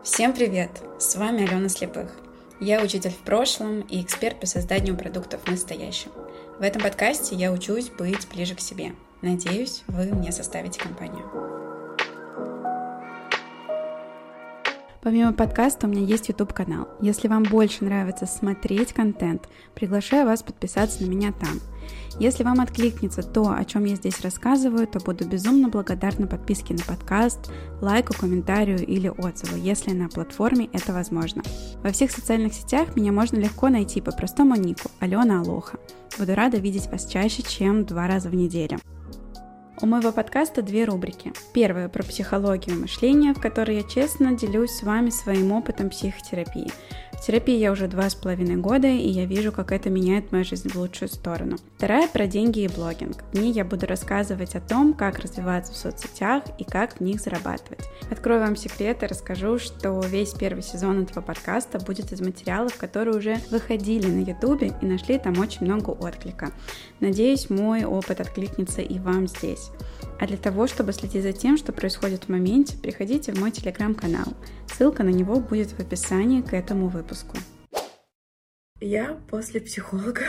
Всем привет! С вами Алена Слепых. Я учитель в прошлом и эксперт по созданию продуктов в настоящем. В этом подкасте я учусь быть ближе к себе. Надеюсь, вы мне составите компанию. Помимо подкаста у меня есть YouTube-канал. Если вам больше нравится смотреть контент, приглашаю вас подписаться на меня там. Если вам откликнется то, о чем я здесь рассказываю, то буду безумно благодарна подписке на подкаст, лайку, комментарию или отзыву, если на платформе это возможно. Во всех социальных сетях меня можно легко найти по простому нику Алена Алоха. Буду рада видеть вас чаще, чем 2 раза в неделю. У моего подкаста 2 рубрики. Первая про психологию мышления, в которой я честно делюсь с вами своим опытом психотерапии. В терапии я уже 2,5 года, и я вижу, как это меняет мою жизнь в лучшую сторону. Вторая про деньги и блогинг. В ней я буду рассказывать о том, как развиваться в соцсетях и как в них зарабатывать. Открою вам секрет и расскажу, что весь первый сезон этого подкаста будет из материалов, которые уже выходили на YouTube и нашли там очень много отклика. Надеюсь, мой опыт откликнется и вам здесь. А для того, чтобы следить за тем, что происходит в моменте, приходите в мой телеграм-канал. Ссылка на него будет в описании к этому выпуску. Я после психолога.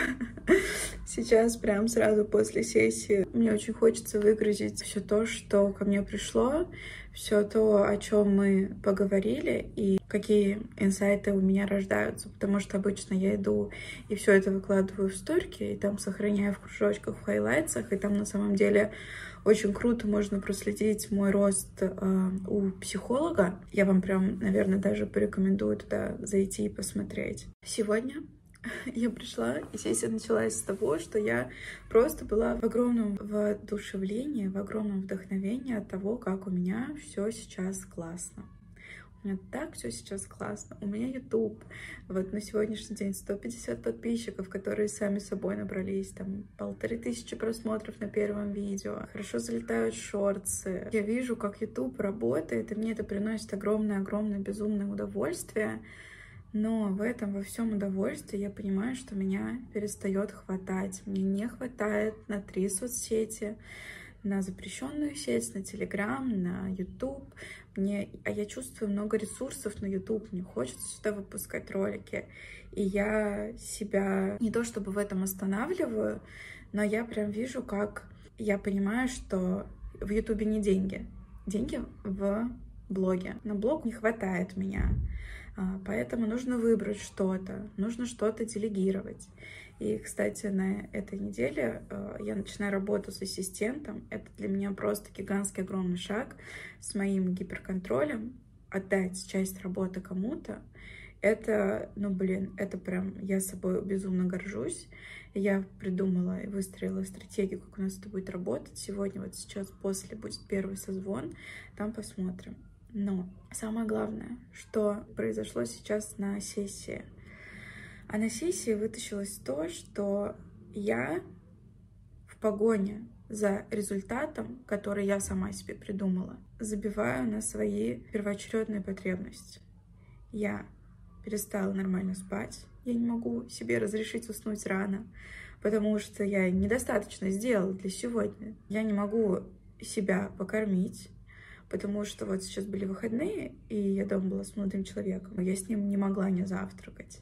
Сейчас прям сразу после сессии мне очень хочется выгрузить все то, что ко мне пришло, все то, о чем мы поговорили и какие инсайты у меня рождаются, потому что обычно я иду и все это выкладываю в сторики, и там сохраняю в кружочках, в хайлайтсах, и там на самом деле очень круто можно проследить мой рост у психолога. Я вам прям, наверное, даже порекомендую туда зайти и посмотреть. Сегодня я пришла, и сессия началась с того, что я просто была в огромном воодушевлении, в огромном вдохновении от того, как у меня все сейчас классно. У меня так все сейчас классно. У меня YouTube. Вот на сегодняшний день 150 подписчиков, которые сами собой набрались. Там 1500 просмотров на первом видео. Хорошо залетают шортсы. Я вижу, как YouTube работает, и мне это приносит огромное-огромное безумное удовольствие. Но в этом во всем удовольствии я понимаю, что меня перестает хватать. Мне не хватает на 3 соцсети, на запрещенную сеть, на Телеграм, на YouTube. А я чувствую много ресурсов на YouTube. Мне хочется сюда выпускать ролики. И я себя не то чтобы в этом останавливаю, но я прям вижу, как я понимаю, что в YouTube не деньги. Деньги в блоге. На блог не хватает меня. Поэтому нужно выбрать что-то, нужно что-то делегировать. И, кстати, на этой неделе я начинаю работу с ассистентом. Это для меня просто гигантский огромный шаг с моим гиперконтролем. Отдать часть работы кому-то. Это, это прям, я собой безумно горжусь. Я придумала и выстроила стратегию, как у нас это будет работать. Сегодня, вот сейчас, после будет первый созвон, там посмотрим. Но самое главное, что произошло сейчас на сессии. А на сессии вытащилось то, что я в погоне за результатом, который я сама себе придумала, забиваю на свои первоочередные потребности. Я перестала нормально спать. Я не могу себе разрешить уснуть рано, потому что я недостаточно сделала для сегодня. Я не могу себя покормить, потому что вот сейчас были выходные, и я дома была с молодым человеком, и я с ним не могла не завтракать.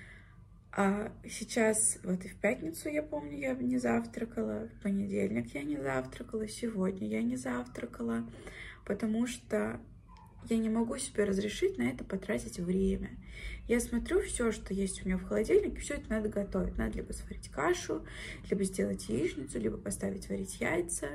А сейчас, вот и в пятницу, я помню, я не завтракала, в понедельник я не завтракала, сегодня я не завтракала, потому что я не могу себе разрешить на это потратить время. Я смотрю, все, что есть у меня в холодильнике, все это надо готовить. Надо либо сварить кашу, либо сделать яичницу, либо поставить варить яйца.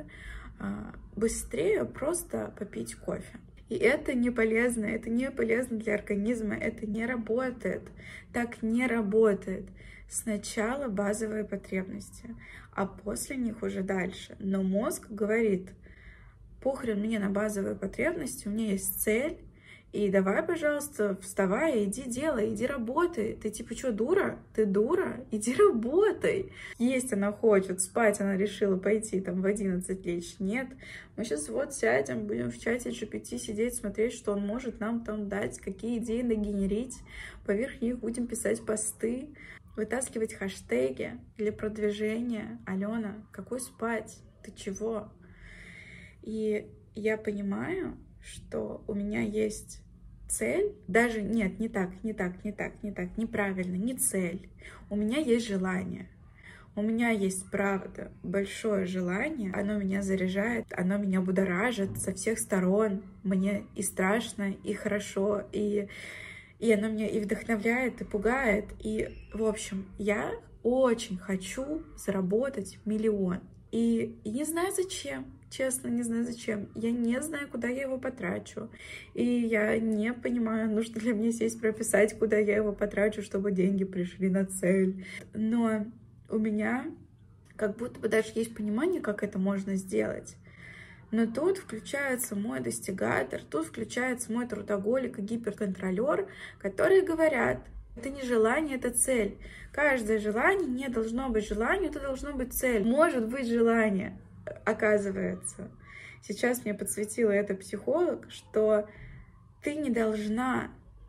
Быстрее просто попить кофе. И это не полезно для организма, это не работает. Так не работает. Сначала базовые потребности, а после них уже дальше. Но мозг говорит: похрен мне на базовые потребности, у меня есть цель, и давай, пожалуйста, вставай, иди делай, иди работай. Ты типа что, дура? Ты дура? Иди работай. Есть она хочет, спать она решила пойти там в 11 лечь. Нет, мы сейчас вот сядем, будем в чате GPT сидеть, смотреть, что он может нам там дать, какие идеи нагенерить. Поверх них будем писать посты, вытаскивать хэштеги для продвижения. Алена, какой спать? Ты чего? И я понимаю, что у меня есть цель, даже нет, неправильно, не цель. У меня есть желание. У меня есть, правда, большое желание, оно меня заряжает, оно меня будоражит со всех сторон. Мне и страшно, и хорошо, и оно меня и вдохновляет, и пугает. И, в общем, я очень хочу заработать 1 000 000. И не знаю зачем, честно, не знаю зачем. Я не знаю, куда я его потрачу. И я не понимаю, нужно ли мне сесть прописать, куда я его потрачу, чтобы деньги пришли на цель. Но у меня как будто бы даже есть понимание, как это можно сделать. Но тут включается мой достигатор, тут включается мой трудоголик и гиперконтролер, которые говорят: это не желание, это цель. Каждое желание не должно быть желанием, это должно быть цель. Может быть желание, оказывается. Сейчас мне подсветила это психолог, что ты не должна,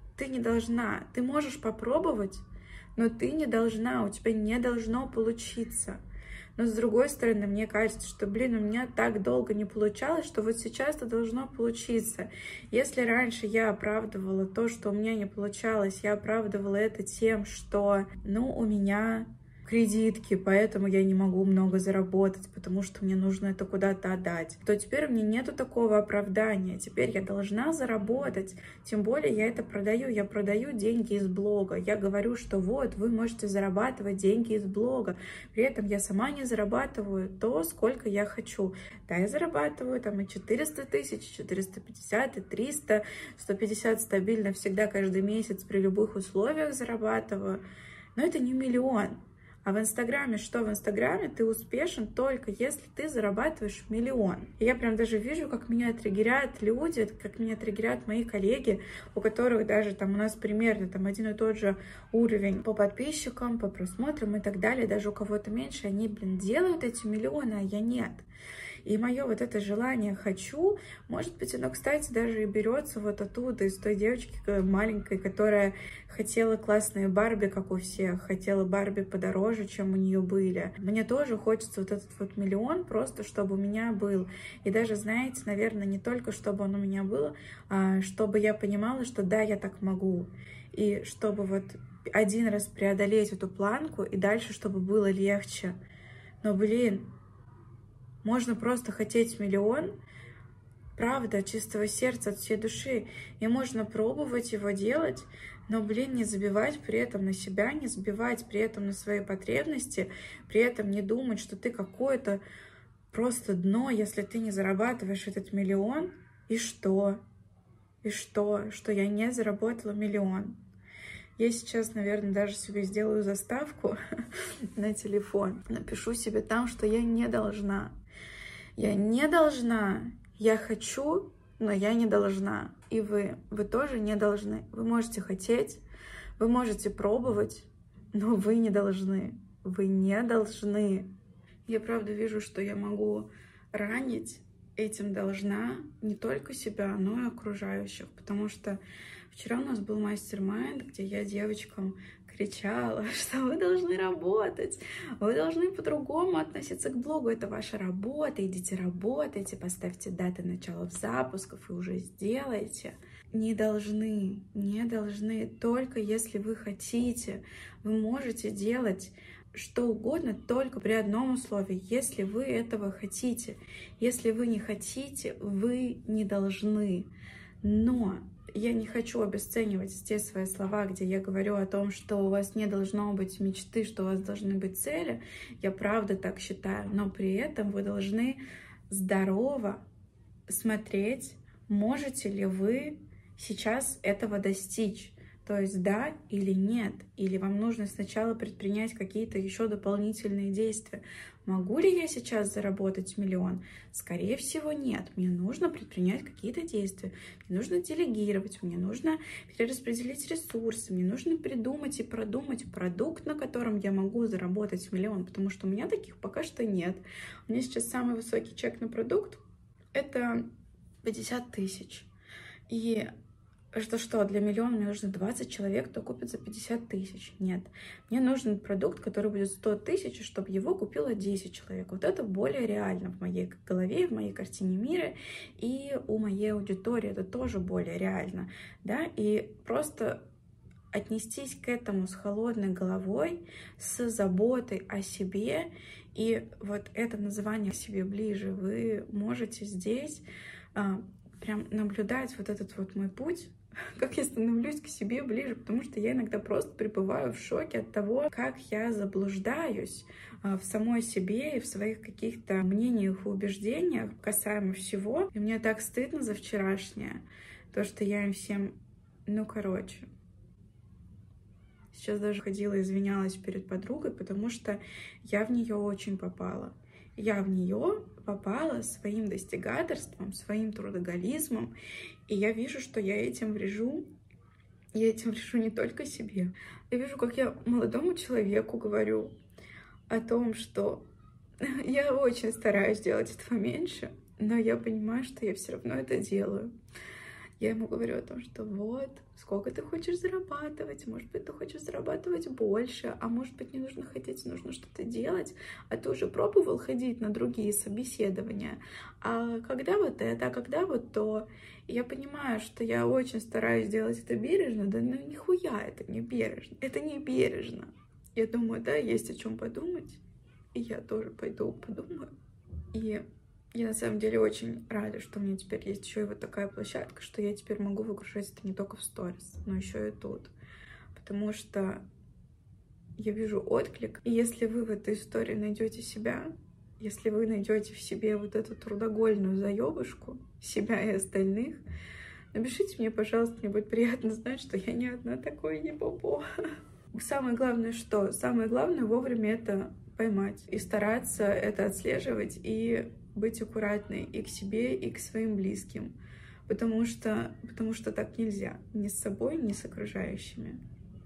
ты можешь попробовать, но ты не должна, у тебя не должно получиться. Но с другой стороны, мне кажется, что, у меня так долго не получалось, что вот сейчас это должно получиться. Если раньше я оправдывала то, что у меня не получалось, я оправдывала это тем, что, у меня кредитки, поэтому я не могу много заработать, потому что мне нужно это куда-то отдать, то теперь у меня нету такого оправдания. Теперь я должна заработать. Тем более я это продаю. Я продаю деньги из блога. Я говорю, что вот, вы можете зарабатывать деньги из блога. При этом я сама не зарабатываю то, сколько я хочу. Да, я зарабатываю там и 400 тысяч, 450, и 300, 150 стабильно всегда каждый месяц при любых условиях зарабатываю. Но это не 1 000 000. А в Инстаграме что? В Инстаграме ты успешен только если ты зарабатываешь 1 000 000. И я прям даже вижу, как меня триггерят люди, как меня триггерят мои коллеги, у которых даже там у нас примерно там один и тот же уровень по подписчикам, по просмотрам и так далее. Даже у кого-то меньше, они, делают эти миллионы, а я нет. И мое вот это желание «хочу», может быть, оно, кстати, даже и берется вот оттуда, из той девочки маленькой, которая хотела классные Барби, как у всех, хотела Барби подороже, чем у нее были. Мне тоже хочется вот этот вот 1 000 000, просто чтобы у меня был. И даже, знаете, наверное, не только чтобы он у меня был, а чтобы я понимала, что да, я так могу. И чтобы вот один раз преодолеть эту планку, и дальше, чтобы было легче. Но, можно просто хотеть 1 000 000, правда, от чистого сердца, от всей души. И можно пробовать его делать, но, не забивать при этом на себя, не забивать при этом на свои потребности, при этом не думать, что ты какое-то просто дно, если ты не зарабатываешь этот 1 000 000. И что? И что? Что я не заработала 1 000 000. Я сейчас, наверное, даже себе сделаю заставку на телефон. Напишу себе там, что я не должна. Я не должна. Я хочу, но я не должна. И вы тоже не должны. Вы можете хотеть, вы можете пробовать, но вы не должны. Вы не должны. Я правда вижу, что я могу ранить этим должна не только себя, но и окружающих. Потому что вчера у нас был мастер-майнд, где я девочкам кричала, что вы должны работать, вы должны по-другому относиться к блогу, это ваша работа, идите работайте, поставьте даты начала запусков и уже сделайте. Не должны, только если вы хотите, вы можете делать что угодно, только при одном условии, если вы этого хотите. Если вы не хотите, вы не должны. Но я не хочу обесценивать те свои слова, где я говорю о том, что у вас не должно быть мечты, что у вас должны быть цели. Я правда так считаю. Но при этом вы должны здорово смотреть, можете ли вы сейчас этого достичь. То есть да или нет, или вам нужно сначала предпринять какие-то еще дополнительные действия. Могу ли я сейчас заработать 1 000 000? Скорее всего, нет. Мне нужно предпринять какие-то действия. Мне нужно делегировать, мне нужно перераспределить ресурсы, мне нужно придумать и продумать продукт, на котором я могу заработать 1 000 000, потому что у меня таких пока что нет. У меня сейчас самый высокий чек на продукт — это 50 тысяч. И что для миллиона мне нужно 20 человек, кто купит за 50 тысяч. Нет. Мне нужен продукт, который будет 100 тысяч, чтобы его купило 10 человек. Вот это более реально в моей голове, в моей картине мира, и у моей аудитории это тоже более реально, да, и просто отнестись к этому с холодной головой, с заботой о себе, и вот это название «К себе ближе» вы можете здесь прям наблюдать вот этот вот мой путь, как я становлюсь к себе ближе, потому что я иногда просто пребываю в шоке от того, как я заблуждаюсь в самой себе и в своих каких-то мнениях и убеждениях касаемо всего. И мне так стыдно за вчерашнее, то, что я им всем... Сейчас даже ходила, извинялась перед подругой, потому что я в нее очень попала. Я в нее попала своим достигаторством, своим трудоголизмом, и я вижу, что я этим врежу. Я этим врежу не только себе. Я вижу, как я молодому человеку говорю о том, что я очень стараюсь делать этого меньше, но я понимаю, что я все равно это делаю. Я ему говорю о том, что вот, сколько ты хочешь зарабатывать, может быть, ты хочешь зарабатывать больше, а может быть, не нужно хотеть, нужно что-то делать, а ты уже пробовал ходить на другие собеседования, а когда вот это, а когда вот то. И я понимаю, что я очень стараюсь делать это бережно, да ну нихуя это не бережно, это не бережно. Я думаю, да, есть о чем подумать, и я тоже пойду подумаю. И я на самом деле очень рада, что у меня теперь есть еще и вот такая площадка, что я теперь могу выгружать это не только в сторис, но еще и тут. Потому что я вижу отклик. И если вы в этой истории найдете себя, если вы найдете в себе вот эту трудогольную заебышку, себя и остальных, напишите мне, пожалуйста, мне будет приятно знать, что я не одна такое ебобо. Самое главное что? Самое главное вовремя это поймать и стараться это отслеживать и быть аккуратной и к себе, и к своим близким, потому что так нельзя, ни с собой, ни с окружающими.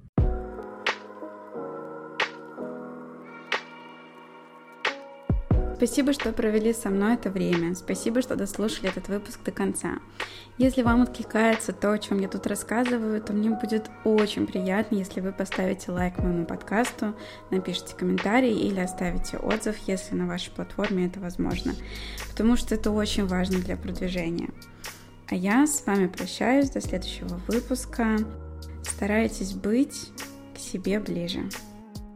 Спасибо, что провели со мной это время. Спасибо, что дослушали этот выпуск до конца. Если вам откликается то, о чем я тут рассказываю, то мне будет очень приятно, если вы поставите лайк моему подкасту, напишите комментарий или оставите отзыв, если на вашей платформе это возможно, потому что это очень важно для продвижения. А я с вами прощаюсь до следующего выпуска. Старайтесь быть к себе ближе.